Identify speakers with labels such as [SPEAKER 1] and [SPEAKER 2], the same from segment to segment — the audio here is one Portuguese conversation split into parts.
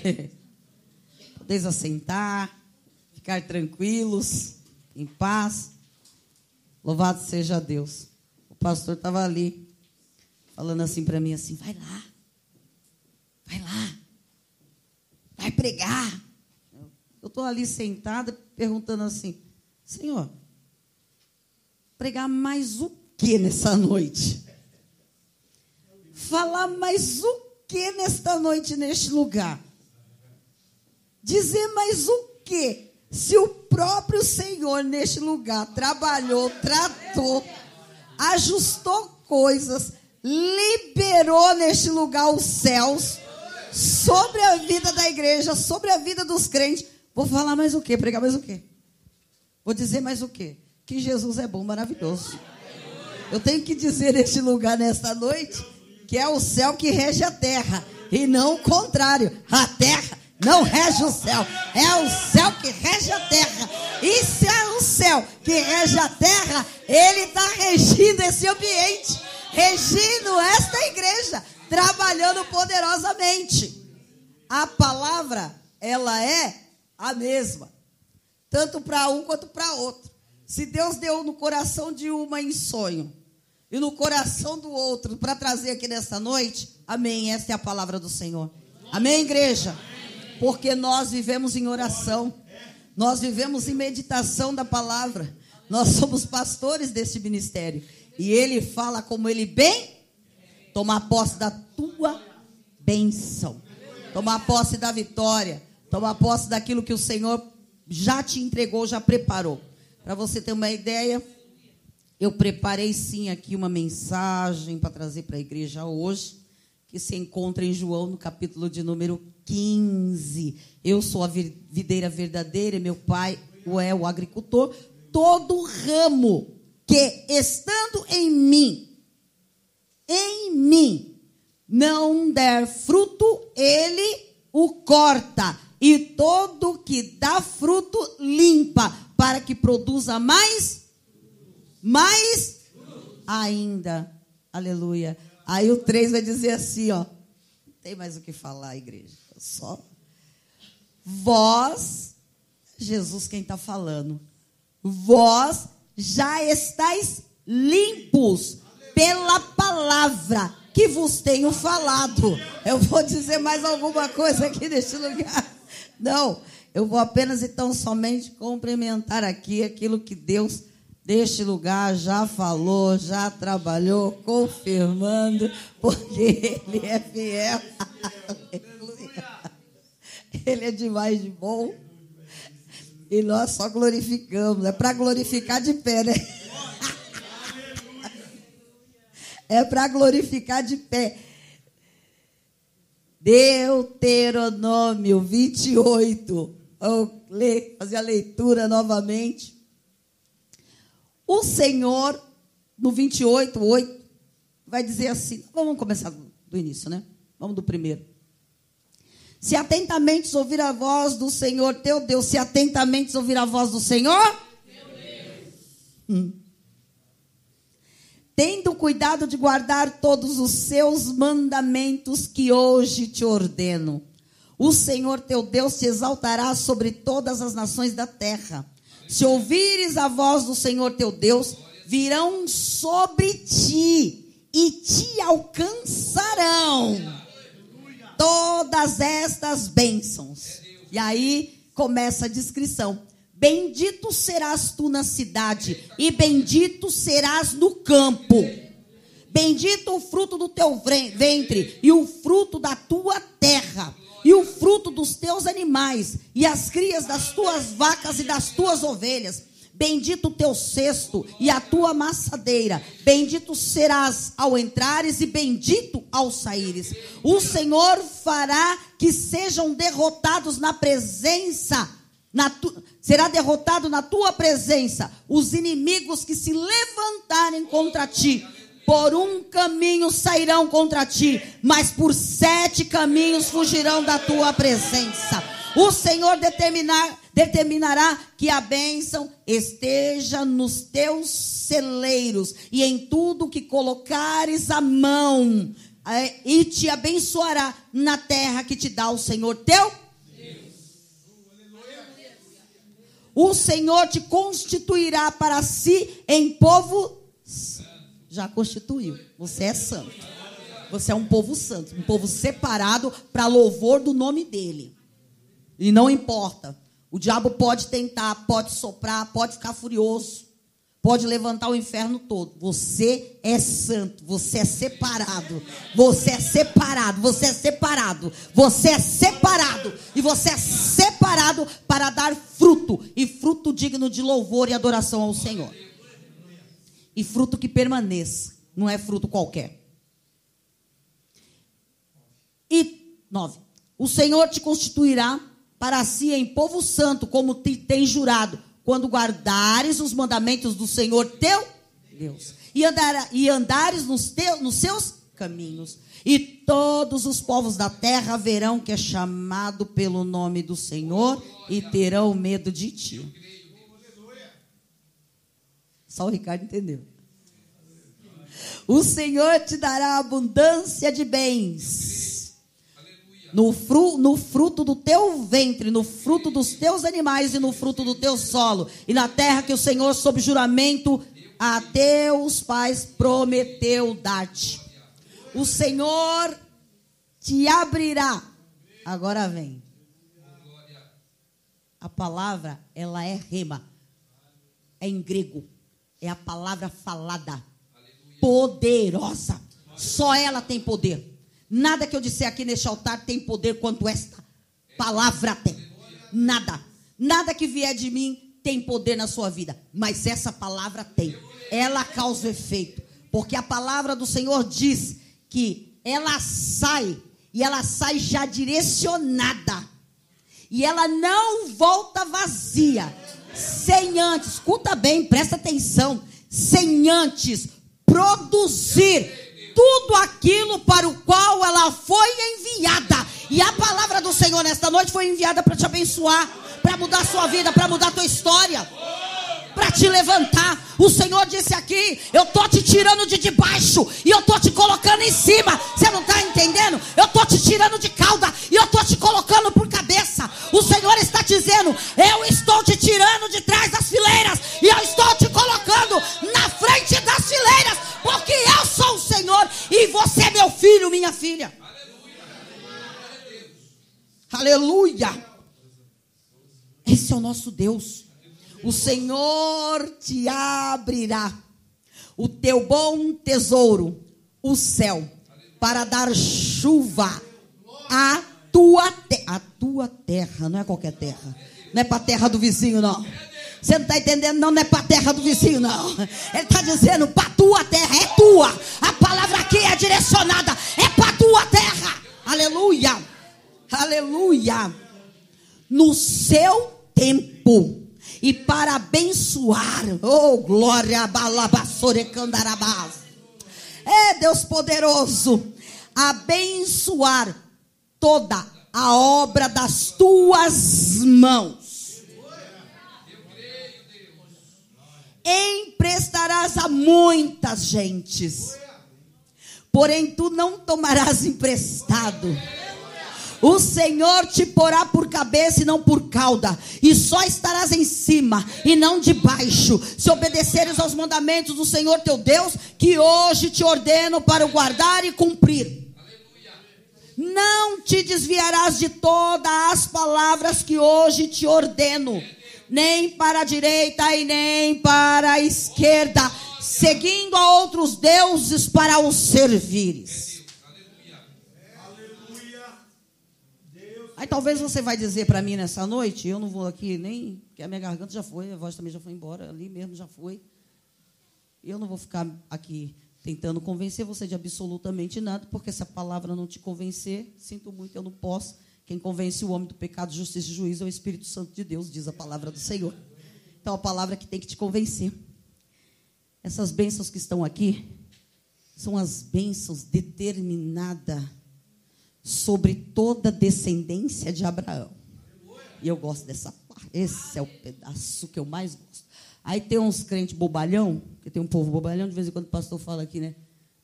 [SPEAKER 1] Podeis assentar, ficar tranquilos, em paz. Louvado seja Deus. O pastor estava ali, falando assim para mim, assim, vai lá, vai pregar. Eu estou ali sentada, perguntando assim, Senhor, pregar mais o que nessa noite? Falar mais o que nesta noite, neste lugar? Dizer mais o que? Se o próprio Senhor neste lugar trabalhou, tratou, ajustou coisas, liberou neste lugar os céus sobre a vida da igreja, sobre a vida dos crentes. Vou falar mais o quê? Pregar mais o quê? Vou dizer mais o quê? Que Jesus é bom, maravilhoso. Eu tenho que dizer neste lugar, nesta noite, que é o céu que rege a terra, e não o contrário. A terra não rege o céu, é o céu que rege a terra. E se é o céu que rege a terra, ele está regindo esse ambiente, regindo esta igreja, trabalhando poderosamente. A palavra, ela é a mesma, tanto para um quanto para outro. Se Deus deu no coração de uma em sonho e no coração do outro para trazer aqui nesta noite, amém, essa é a palavra do Senhor. Amém, igreja? Porque nós vivemos em oração, nós vivemos em meditação da palavra, nós somos pastores desse ministério, e ele fala como ele bem, tomar posse da tua bênção, tomar posse da vitória, tomar posse daquilo que o Senhor já te entregou, já preparou. Para você ter uma ideia, eu preparei sim aqui uma mensagem para trazer para a igreja hoje, que se encontra em João, no capítulo de número 15. Eu sou a videira verdadeira e meu pai é o agricultor. Todo ramo que estando em mim, não der fruto, ele o corta. E todo que dá fruto, limpa, para que produza mais ainda. Aleluia. Aí o 3 vai dizer assim, ó. Não tem mais o que falar, igreja. Só. Vós, Jesus quem está falando. Vós já estáis limpos pela palavra que vos tenho falado. Eu vou dizer mais alguma coisa aqui neste lugar. Não, eu vou apenas então somente complementar aqui aquilo que Deus deste lugar já falou, já trabalhou, confirmando, porque Ele é fiel. Ele é demais de bom. E nós só glorificamos. É para glorificar de pé, né? É para glorificar de pé. Deuteronômio 28. Vou fazer a leitura novamente. O Senhor, no 28, 8, vai dizer assim. Vamos começar do início, né? Vamos do primeiro. Se atentamente ouvir a voz do Senhor teu Deus. Se atentamente ouvir a voz do Senhor teu Deus. Tendo cuidado de guardar todos os seus mandamentos que hoje te ordeno. O Senhor teu Deus te exaltará sobre todas as nações da terra. Se ouvires a voz do Senhor teu Deus, virão sobre ti e te alcançarão todas estas bênçãos. E aí começa a descrição. Bendito serás tu na cidade, e bendito serás no campo. Bendito o fruto do teu ventre, e o fruto da tua terra, e o fruto dos teus animais, e as crias das tuas vacas e das tuas ovelhas. Bendito o teu cesto e a tua amassadeira. Bendito serás ao entrares e bendito ao saíres. O Senhor fará que sejam derrotados na presença, será derrotado na tua presença os inimigos que se levantarem contra ti. Por um caminho sairão contra ti, mas por 7 caminhos fugirão da tua presença. O Senhor determinará que a bênção esteja nos teus celeiros e em tudo que colocares a mão. e te abençoará na terra que te dá o Senhor teu Deus. O Senhor te constituirá para si em povo santo. Já constituiu. Você é santo. Você é um povo santo, um povo separado para louvor do nome dele. E não importa. O diabo pode tentar, pode soprar, pode ficar furioso, pode levantar o inferno todo. Você é santo, você é separado. Você é separado, você é separado. Você é separado. E você é separado para dar fruto. E fruto digno de louvor e adoração ao Senhor. E fruto que permaneça. Não é fruto qualquer. E 9. O Senhor te constituirá para si em povo santo, como te tem jurado, quando guardares os mandamentos do Senhor teu Deus, e andares nos seus caminhos. E todos os povos da terra verão que é chamado pelo nome do Senhor e terão medo de ti. Só o Ricardo entendeu. O Senhor te dará abundância de bens no fruto do teu ventre, no fruto dos teus animais e no fruto do teu solo, e na terra que o Senhor, sob juramento a teus pais, prometeu dar-te. O Senhor te abrirá. Agora vem. A palavra, ela é rema. É em grego. É a palavra falada. Poderosa. Só ela tem poder. Nada que eu disser aqui neste altar tem poder quanto esta palavra tem. Nada. Nada que vier de mim tem poder na sua vida. Mas essa palavra tem. Ela causa efeito. Porque a palavra do Senhor diz que ela sai. E ela sai já direcionada. E ela não volta vazia. Sem antes, escuta bem, presta atenção. Sem antes produzir tudo aquilo para o qual ela foi enviada. E a palavra do Senhor nesta noite foi enviada para te abençoar, para mudar a sua vida, para mudar a tua história, para te levantar. O Senhor disse aqui: eu estou te tirando de debaixo e eu estou te colocando em cima. Você não está entendendo? Eu estou te tirando de cauda e eu estou te colocando por cabeça. O Senhor está dizendo: eu estou te tirando de trás das fileiras e eu estou te colocando na frente das fileiras, porque eu sou o Senhor e você é meu filho, minha filha. Aleluia. Esse é o nosso Deus. O Senhor te abrirá o teu bom tesouro, o céu, para dar chuva à tua terra. Não é qualquer terra. Não é para a terra do vizinho, não. Você não está entendendo? Não é para a terra do vizinho, não. Ele está dizendo para a tua terra. É tua. A palavra aqui é direcionada. É para a tua terra. Aleluia. Aleluia. No seu tempo. E para abençoar. Oh, glória. Balabassorecandarabás. É, Deus poderoso. Abençoar toda a obra das tuas mãos. Emprestarás a muitas gentes, porém tu não tomarás emprestado. O Senhor te porá por cabeça e não por cauda, e só estarás em cima e não debaixo, se obedeceres aos mandamentos do Senhor teu Deus, que hoje te ordeno para o guardar e cumprir. Não te desviarás de todas as palavras que hoje te ordeno, nem para a direita e nem para a esquerda, seguindo a outros deuses para os servires. Aí talvez você vai dizer para mim nessa noite, eu não vou aqui nem, porque a minha garganta já foi, a voz também já foi embora, ali mesmo já foi. Eu não vou ficar aqui tentando convencer você de absolutamente nada, porque se a palavra não te convencer, sinto muito, eu não posso. Quem convence o homem do pecado, justiça e juízo é o Espírito Santo de Deus, diz a palavra do Senhor. Então a palavra que tem que te convencer. Essas bênçãos que estão aqui são as bênçãos determinadas sobre toda a descendência de Abraão. E eu gosto dessa parte. Esse é o pedaço que eu mais gosto. Aí tem uns crentes bobalhão, que tem um povo bobalhão, de vez em quando o pastor fala aqui, né?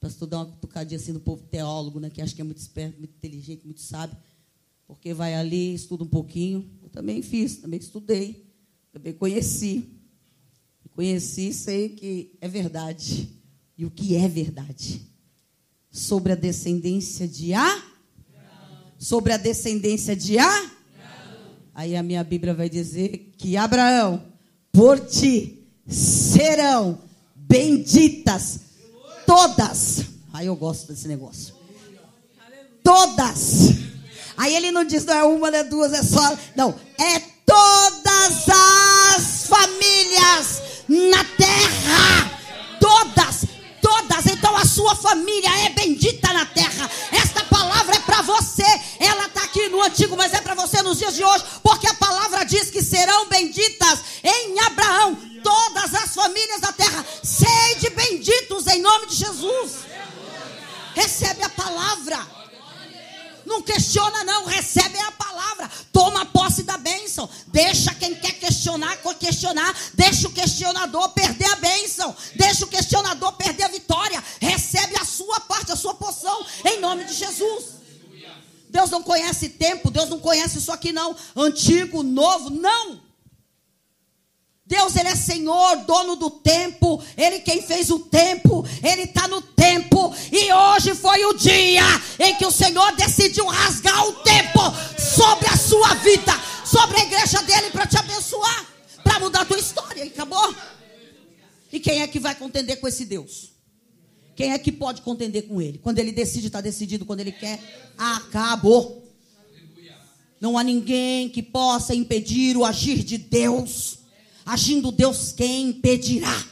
[SPEAKER 2] pastor dá uma cutucadinha assim no povo teólogo, né, que acha que é muito esperto, muito inteligente, muito sábio, porque vai ali, estuda um pouquinho. Eu também fiz, também estudei, também conheci. Conheci, sei que é verdade. E o que é verdade? Sobre a descendência de Abraão. Sobre a descendência de Abraão. Aí a minha Bíblia vai dizer que Abraão, por ti serão benditas todas. Aí eu gosto desse negócio. Todas. Aí ele não diz, não é uma, não é duas, é só. Não, é todas as famílias na terra. Todas. Então a sua família é bendita na terra. Esta palavra é para você. Ela está aqui no Antigo, mas é para você nos dias de hoje, porque a palavra diz que serão benditas em Abraão todas as famílias da terra. Sede benditos em nome de Jesus. Recebe a palavra. Não questiona não, recebe a palavra. Toma posse da bênção. Deixa quem quer questionar. Deixa o questionador perder a bênção. Deixa o questionador perder a vitória. Recebe a sua parte, a sua porção, em nome de Jesus. Deus não conhece tempo. Deus não conhece isso aqui não. Antigo, novo, não. Deus, Ele é Senhor, dono do tempo. Ele quem fez o tempo. Ele está no tempo. E hoje foi o dia em que o Senhor decidiu rasgar o tempo sobre a sua vida, sobre a igreja dele, para te abençoar, para mudar a tua história. E acabou. E quem é que vai contender com esse Deus? Quem é que pode contender com Ele? Quando Ele decide, está decidido. Quando Ele quer, acabou. Não há ninguém que possa impedir o agir de Deus. Agindo Deus, quem impedirá?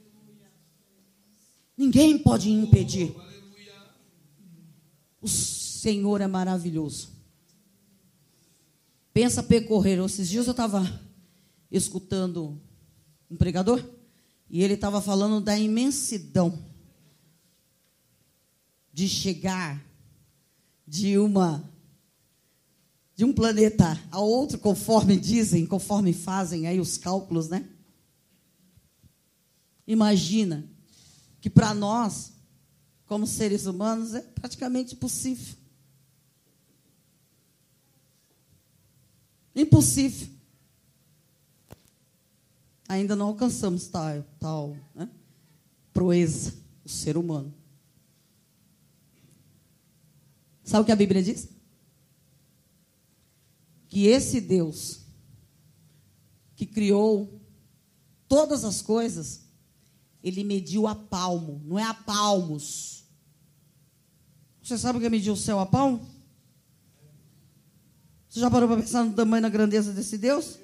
[SPEAKER 2] Ninguém pode impedir. O Senhor é maravilhoso. Pensa percorrer. Esses dias eu estava escutando um pregador e ele estava falando da imensidão de chegar de um planeta a outro, conforme dizem, conforme fazem aí os cálculos, né? Imagina que para nós, como seres humanos, é praticamente impossível. Impossível. Ainda não alcançamos tal né, proeza, o ser humano. Sabe o que a Bíblia diz? Que esse Deus que criou todas as coisas, Ele mediu a palmo, não é a palmos. Você sabe o que é medir o céu a palmo? Você já parou para pensar no tamanho e na grandeza desse Deus?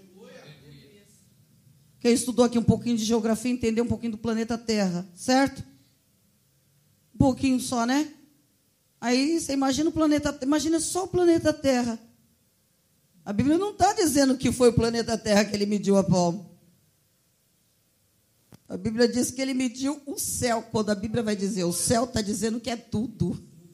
[SPEAKER 2] Quem estudou aqui um pouquinho de geografia, entendeu um pouquinho do planeta Terra, certo? Um pouquinho só, né? Aí você imagina o planeta, imagina só o planeta Terra. A Bíblia não está dizendo que foi o planeta Terra que Ele mediu a palmo. A Bíblia diz que Ele mediu o céu. Quando a Bíblia vai dizer o céu, está dizendo que é tudo.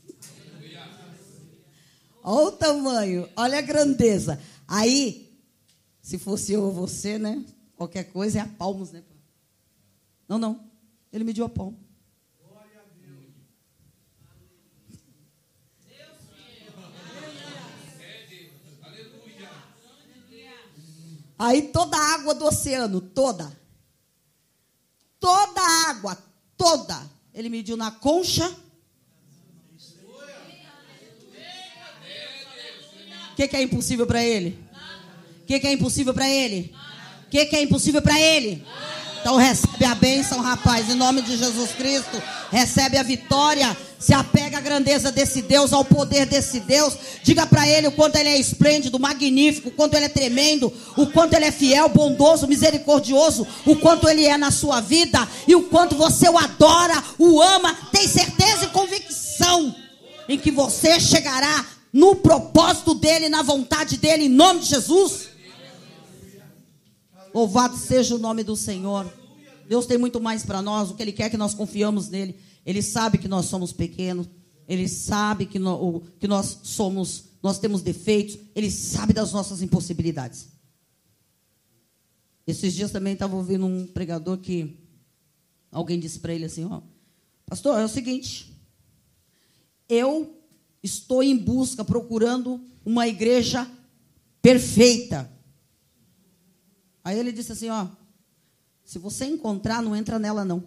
[SPEAKER 2] Olha o tamanho, olha a grandeza. Aí, se fosse eu ou você, né? Qualquer coisa é a palmos, né? Não. Ele mediu a palmo. Aí toda a água do oceano, toda a água, Ele mediu na concha. O que é impossível para Ele? O que é impossível para Ele? O que é impossível para Ele? Então recebe a bênção, rapaz, em nome de Jesus Cristo. Recebe a vitória. Se apega à grandeza desse Deus, ao poder desse Deus. Diga para Ele o quanto Ele é esplêndido, magnífico, o quanto Ele é tremendo, o quanto Ele é fiel, bondoso, misericordioso, o quanto Ele é na sua vida e o quanto você o adora, o ama. Tem certeza e convicção em que você chegará no propósito dEle, na vontade dEle, em nome de Jesus. Louvado seja o nome do Senhor. Deus tem muito mais para nós. O que Ele quer é que nós confiamos nele. Ele sabe que nós somos pequenos. Ele sabe que nós temos defeitos. Ele sabe das nossas impossibilidades. Esses dias também estava ouvindo um pregador que alguém disse para ele assim, ó, pastor, é o seguinte, eu estou em busca, procurando uma igreja perfeita. Aí ele disse assim, ó, se você encontrar, não entra nela não.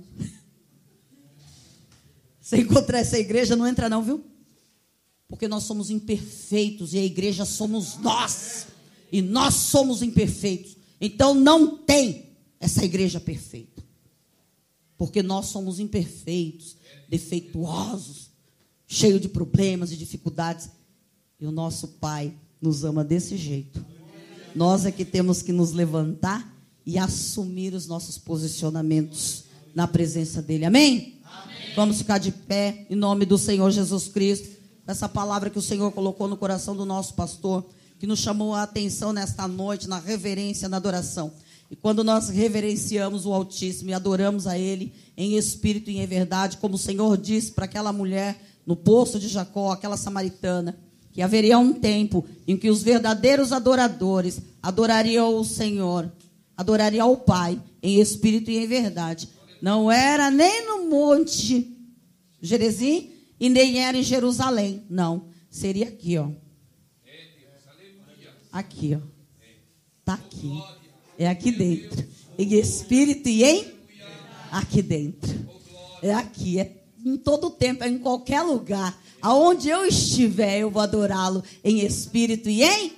[SPEAKER 2] Se encontrar essa igreja, não entra não, viu? Porque nós somos imperfeitos e a igreja somos nós. E nós somos imperfeitos. Então não tem essa igreja perfeita. Porque nós somos imperfeitos, defeituosos, cheios de problemas e dificuldades. E o nosso Pai nos ama desse jeito. Nós é que temos que nos levantar e assumir os nossos posicionamentos na presença dele. Amém? Amém. Vamos ficar de pé em nome do Senhor Jesus Cristo. Essa palavra que o Senhor colocou no coração do nosso pastor, que nos chamou a atenção nesta noite, na reverência, na adoração. E quando nós reverenciamos o Altíssimo e adoramos a Ele em espírito e em verdade, como o Senhor disse para aquela mulher no poço de Jacó, aquela samaritana, que haveria um tempo em que os verdadeiros adoradores adorariam o Senhor, adorariam ao Pai em espírito e em verdade. Não era nem no monte Gerizim e nem era em Jerusalém. Não, seria aqui, ó. Aqui, ó. Está aqui. É aqui dentro. Em espírito e em? Aqui dentro. É aqui. É em todo tempo, é em qualquer lugar. Aonde eu estiver, eu vou adorá-lo em espírito e em?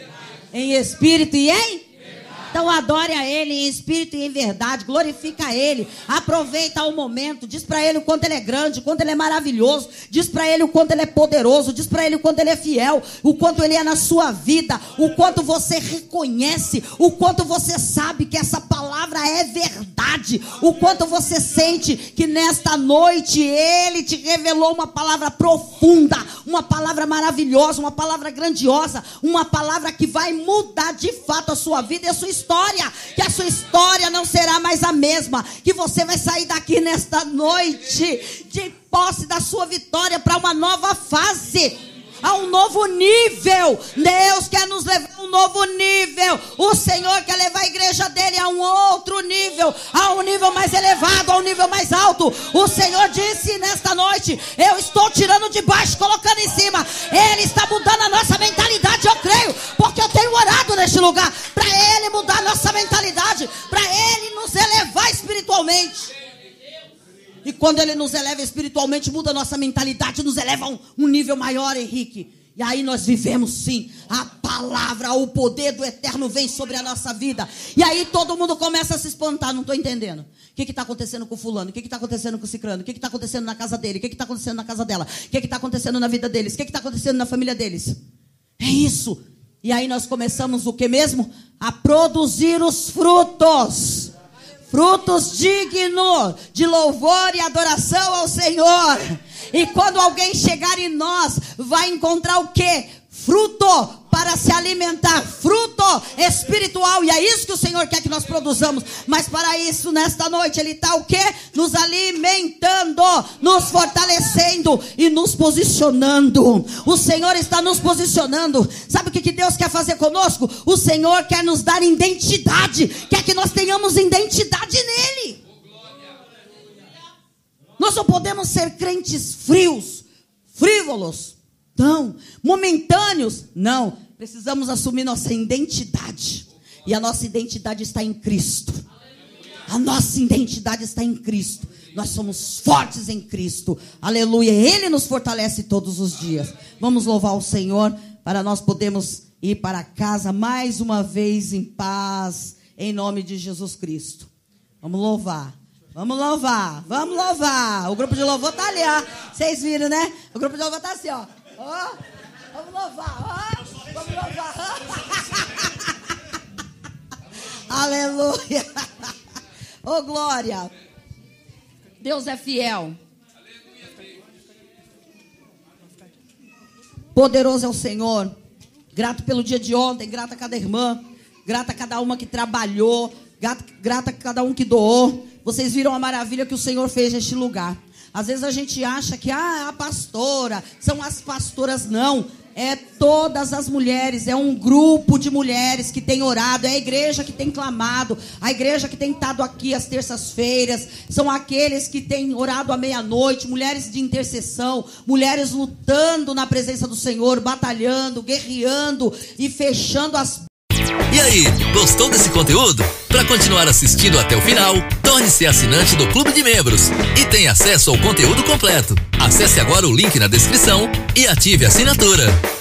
[SPEAKER 2] Em espírito e em? Então adore a Ele em espírito e em verdade, glorifica a Ele, aproveita o momento, diz para Ele o quanto Ele é grande, o quanto Ele é maravilhoso, diz para Ele o quanto Ele é poderoso, diz para Ele o quanto Ele é fiel, o quanto Ele é na sua vida, o quanto você reconhece, o quanto você sabe que essa palavra é verdade, o quanto você sente que nesta noite Ele te revelou uma palavra profunda, uma palavra maravilhosa, uma palavra grandiosa, uma palavra que vai mudar de fato a sua vida e a sua história, que a sua história não será mais a mesma, que você vai sair daqui nesta noite de posse da sua vitória para uma nova fase, a um novo nível. Deus quer nos levar a um novo nível. O Senhor quer levar a igreja dele a um outro nível, a um nível mais elevado, a um nível mais alto. O Senhor disse nesta noite, eu estou tirando de baixo, colocando em cima. Ele está mudando a nossa mentalidade, eu creio, porque eu tenho orado neste lugar, para Ele mudar a nossa mentalidade, para Ele nos elevar espiritualmente. E quando Ele nos eleva espiritualmente, muda a nossa mentalidade, nos eleva a um nível maior, Henrique. E aí nós vivemos sim, a palavra, o poder do eterno vem sobre a nossa vida. E aí todo mundo começa a se espantar, não estou entendendo. O que está acontecendo com fulano? O que está acontecendo com o ciclano? O que está acontecendo na casa dele? O que está acontecendo na casa dela? O que está acontecendo na vida deles? O que está acontecendo na família deles? É isso. E aí nós começamos o que mesmo? A produzir os frutos. Frutos dignos de louvor e adoração ao Senhor. E quando alguém chegar em nós, vai encontrar o quê? Fruto para se alimentar, fruto espiritual. E é isso que o Senhor quer que nós produzamos. Mas para isso, nesta noite, Ele está o quê? Nos alimentando, nos fortalecendo e nos posicionando. O Senhor está nos posicionando. Sabe o que Deus quer fazer conosco? O Senhor quer nos dar identidade. Quer que nós tenhamos identidade nele. Nós não podemos ser crentes frios, frívolos. Não, momentâneos, não. Precisamos assumir nossa identidade. E a nossa identidade está em Cristo. A nossa identidade está em Cristo. Nós somos fortes em Cristo. Aleluia, Ele nos fortalece todos os dias. Vamos louvar o Senhor para nós podermos ir para casa mais uma vez em paz, em nome de Jesus Cristo. Vamos louvar. Vamos louvar, vamos louvar. O grupo de louvor está ali, ó. Vocês viram, né? O grupo de louvor está assim, ó. Oh, vamos louvar, oh, vamos louvar. Aleluia. Oh, glória. Deus é fiel. Poderoso é o Senhor. Grato pelo dia de ontem, grato a cada irmã, grato a cada uma que trabalhou, grato a cada um que doou. Vocês viram a maravilha que o Senhor fez neste lugar. Às vezes a gente acha que a pastora, são as pastoras. Não, É todas as mulheres, é um grupo de mulheres que tem orado, é a igreja que tem clamado, a igreja que tem estado aqui às terças-feiras, são aqueles que têm orado à meia-noite, mulheres de intercessão, mulheres lutando na presença do Senhor, batalhando, guerreando e fechando as...
[SPEAKER 3] E aí, gostou desse conteúdo? Para continuar assistindo até o final, torne-se assinante do Clube de Membros e tenha acesso ao conteúdo completo. Acesse agora o link na descrição e ative a assinatura.